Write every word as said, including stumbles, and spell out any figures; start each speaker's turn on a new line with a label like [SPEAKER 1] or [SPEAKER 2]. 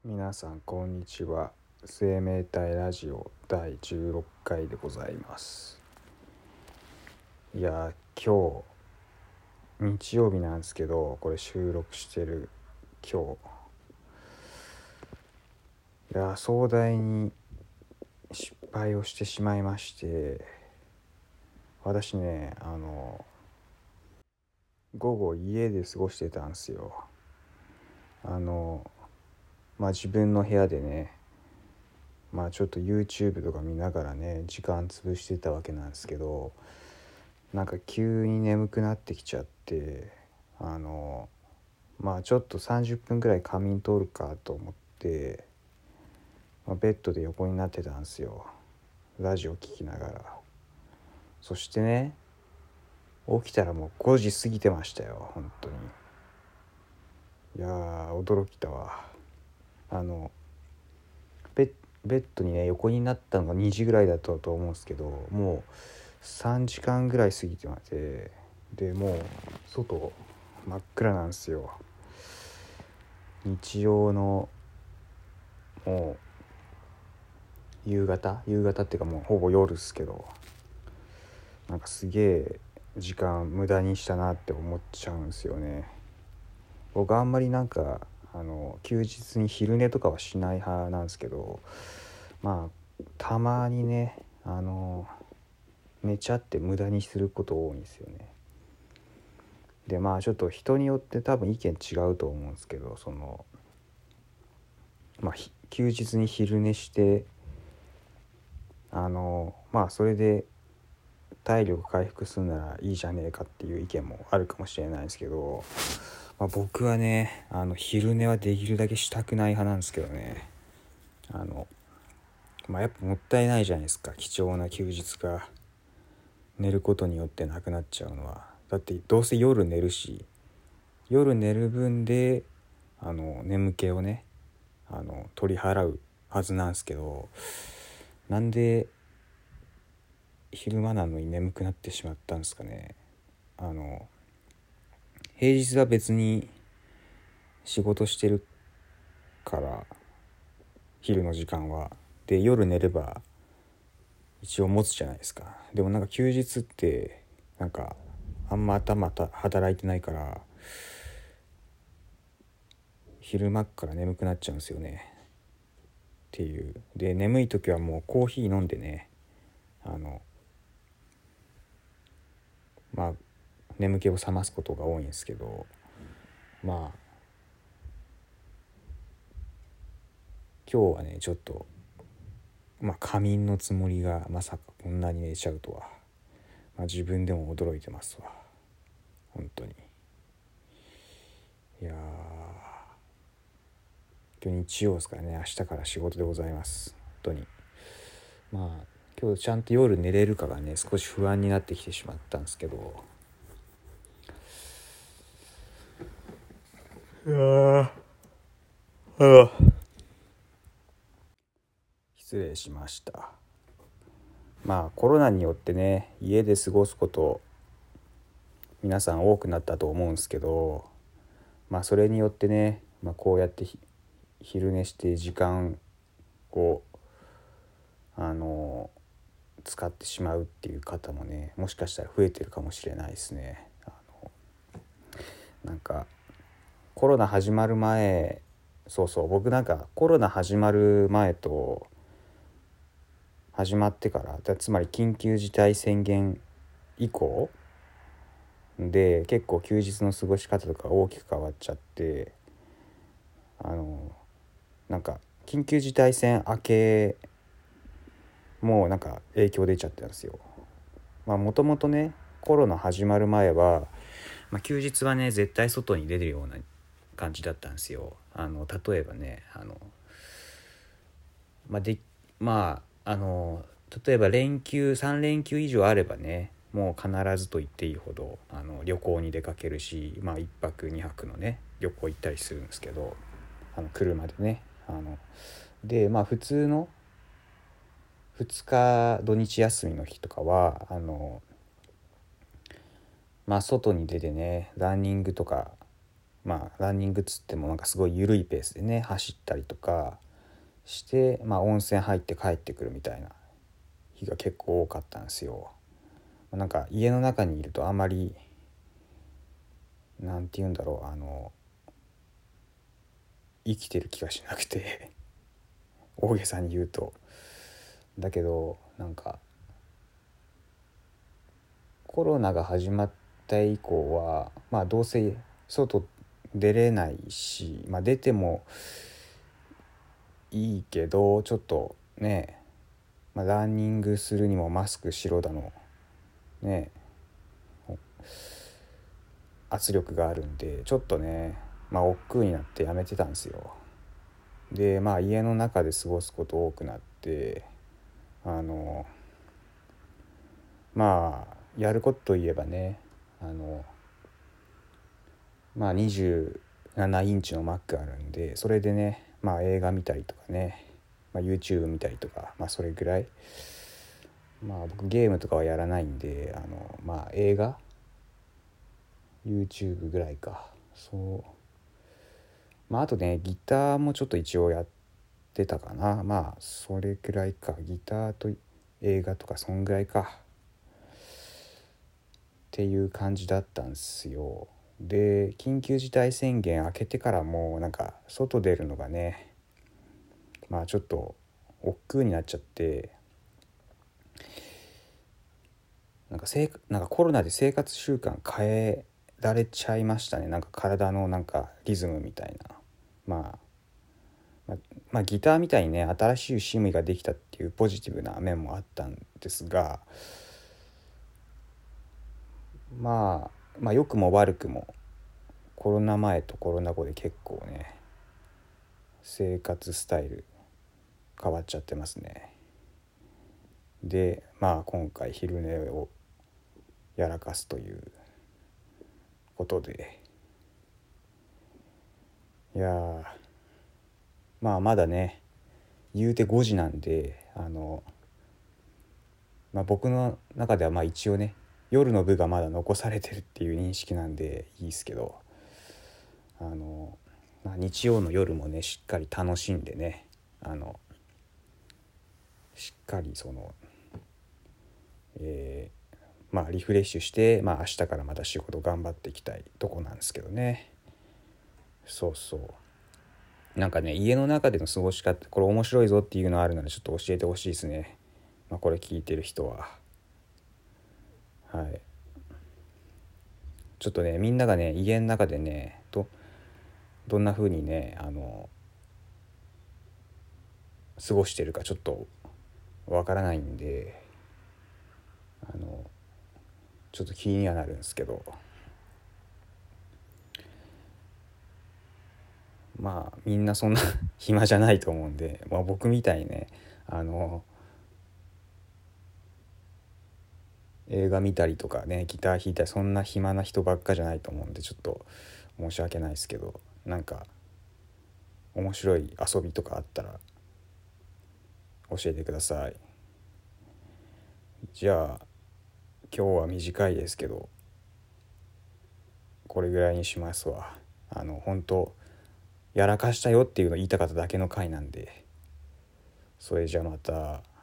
[SPEAKER 1] 皆さんこんにちは。生命体ラジオだいじゅうろっかいでございます。いや今日日曜日なんですけど、これ収録してる今日、いや壮大に失敗をしてしまいまして、私ねあの午後家で過ごしてたんですよ。あのまあ自分の部屋でね、まあちょっと YouTube とか見ながらね時間潰してたわけなんですけど、なんか急に眠くなってきちゃって、あのまあちょっとさんじゅっぷんぐらい仮眠取るかと思って、まあ、ベッドで横になってたんですよ、ラジオ聞きながら。そしてね、起きたらもうごじ過ぎてましたよ、本当に。いやー驚きたわ。あのベベッドにね横になったのがにじぐらいだったと思うんですけど、もうさんじかんぐらい過ぎてまして、でもう外真っ暗なんですよ。日曜のもう夕方夕方っていうかもうほぼ夜っすけど、なんかすげえ時間無駄にしたなって思っちゃうんですよね。僕あんまりなんかあの休日に昼寝とかはしない派なんですけど、まあたまにねあの寝ちゃって無駄にすること多いんですよね。でまあちょっと人によって多分意見違うと思うんですけど、そのまあ休日に昼寝してあのまあそれで体力回復するならいいじゃねえかっていう意見もあるかもしれないですけど、まあ、僕はねあの昼寝はできるだけしたくない派なんですけどね。あのまあやっぱもったいないじゃないですか、貴重な休日が寝ることによってなくなっちゃうのは。だってどうせ夜寝るし、夜寝る分であの眠気をねあの取り払うはずなんですけど、なんで昼間なのに眠くなってしまったんですかね。あの平日は別に仕事してるから昼の時間はで、夜寝れば一応持つじゃないですか。でもなんか休日ってなんかあんま頭た働いてないから昼間っから眠くなっちゃうんですよねっていう。で眠い時はもうコーヒー飲んでね、あのまあ眠気を覚ますことが多いんですけど、まあ今日はねちょっとまあ仮眠のつもりがまさかこんなに寝ちゃうとは、まあ、自分でも驚いてますわ本当に。いや今日日曜ですからね、明日から仕事でございます本当に。まあ今日ちゃんと夜寝れるかがね少し不安になってきてしまったんですけど、いやあ失礼しました。まあコロナによってね家で過ごすこと皆さん多くなったと思うんですけど、まあそれによってね、まあ、こうやって昼寝して時間をあの使ってしまうっていう方もねもしかしたら増えてるかもしれないですね。あのなんかコロナ始まる前、そうそう僕なんかコロナ始まる前と始まってからだ、つまり緊急事態宣言以降で結構休日の過ごし方とか大きく変わっちゃって、あのなんか緊急事態宣明けもうなんか影響出ちゃったんですよ。まあもともとねコロナ始まる前は、まあ、休日はね絶対外に出るような感じだったんですよ。あの例えばねあのまあでまああの例えば連休さん連休以上あればねもう必ずと言っていいほどあの旅行に出かけるし、まあいっぱくにはくのね旅行行ったりするんですけど、あの車でねあのでまあ普通のふつか土日休みの日とかはあのまあ外に出てねランニングとかまあランニングっつってもなんかすごい緩いペースでね走ったりとかして、まあ、温泉入って帰ってくるみたいな日が結構多かったんですよ。なんか家の中にいるとあんまりなんて言うんだろう、あの生きてる気がしなくて大げさに言うと。だけどなんかコロナが始まった以降はまあどうせ外出れないし、まあ、出てもいいけどちょっとね、まあ、ランニングするにもマスクしろだのね圧力があるんでちょっとねまあ億劫になってやめてたんですよ。でまあ家の中で過ごすこと多くなってあのまあやることといえばねあのまあにじゅうななインチの Mac あるんでそれでねまあ映画見たりとかね、まあ、YouTube 見たりとかまあそれぐらい。まあ僕ゲームとかはやらないんであのまあ映画 YouTube ぐらいか。そうまああとねギターもちょっと一応やってたかな。まあそれくらいか。ギターと映画とかそんぐらいかっていう感じだったんですよ。で緊急事態宣言明けてからもなんか外出るのがねまあちょっと億劫になっちゃってなんかせいなんかコロナで生活習慣変えられちゃいましたね。なんか体のなんかリズムみたいな、まあ、まあ、まあギターみたいにね新しい趣味ができたっていうポジティブな面もあったんですが、まあ、まあ良くも悪くもコロナ前とコロナ後で結構ね生活スタイル変わっちゃってますね。でまあ今回昼寝をやらかすということでいやまあまだね言うてごじなんであの、まあ、僕の中ではまあ一応ね夜の部がまだ残されてるっていう認識なんでいいですけどあの、まあ、日曜の夜もねしっかり楽しんでねあのしっかりその、えーまあリフレッシュして、まあ、明日からまた仕事頑張っていきたいとこなんですけどね。そうそうなんかね家の中での過ごし方これ面白いぞっていうのあるならちょっと教えてほしいですね、まあ、これ聞いてる人は。はいちょっとねみんながね家の中でねどどんな風にねあの過ごしてるかちょっとわからないんであのちょっと気にはなるんですけどまあみんなそんな暇じゃないと思うんで、まあ、僕みたいにねあの映画見たりとかねギター弾いたりそんな暇な人ばっかじゃないと思うんでちょっと申し訳ないですけどなんか面白い遊びとかあったら教えてください。じゃあ今日は短いですけどこれぐらいにしますわ。あの本当やらかしたよっていうのを言いたかっただけの回なんでそれじゃまた。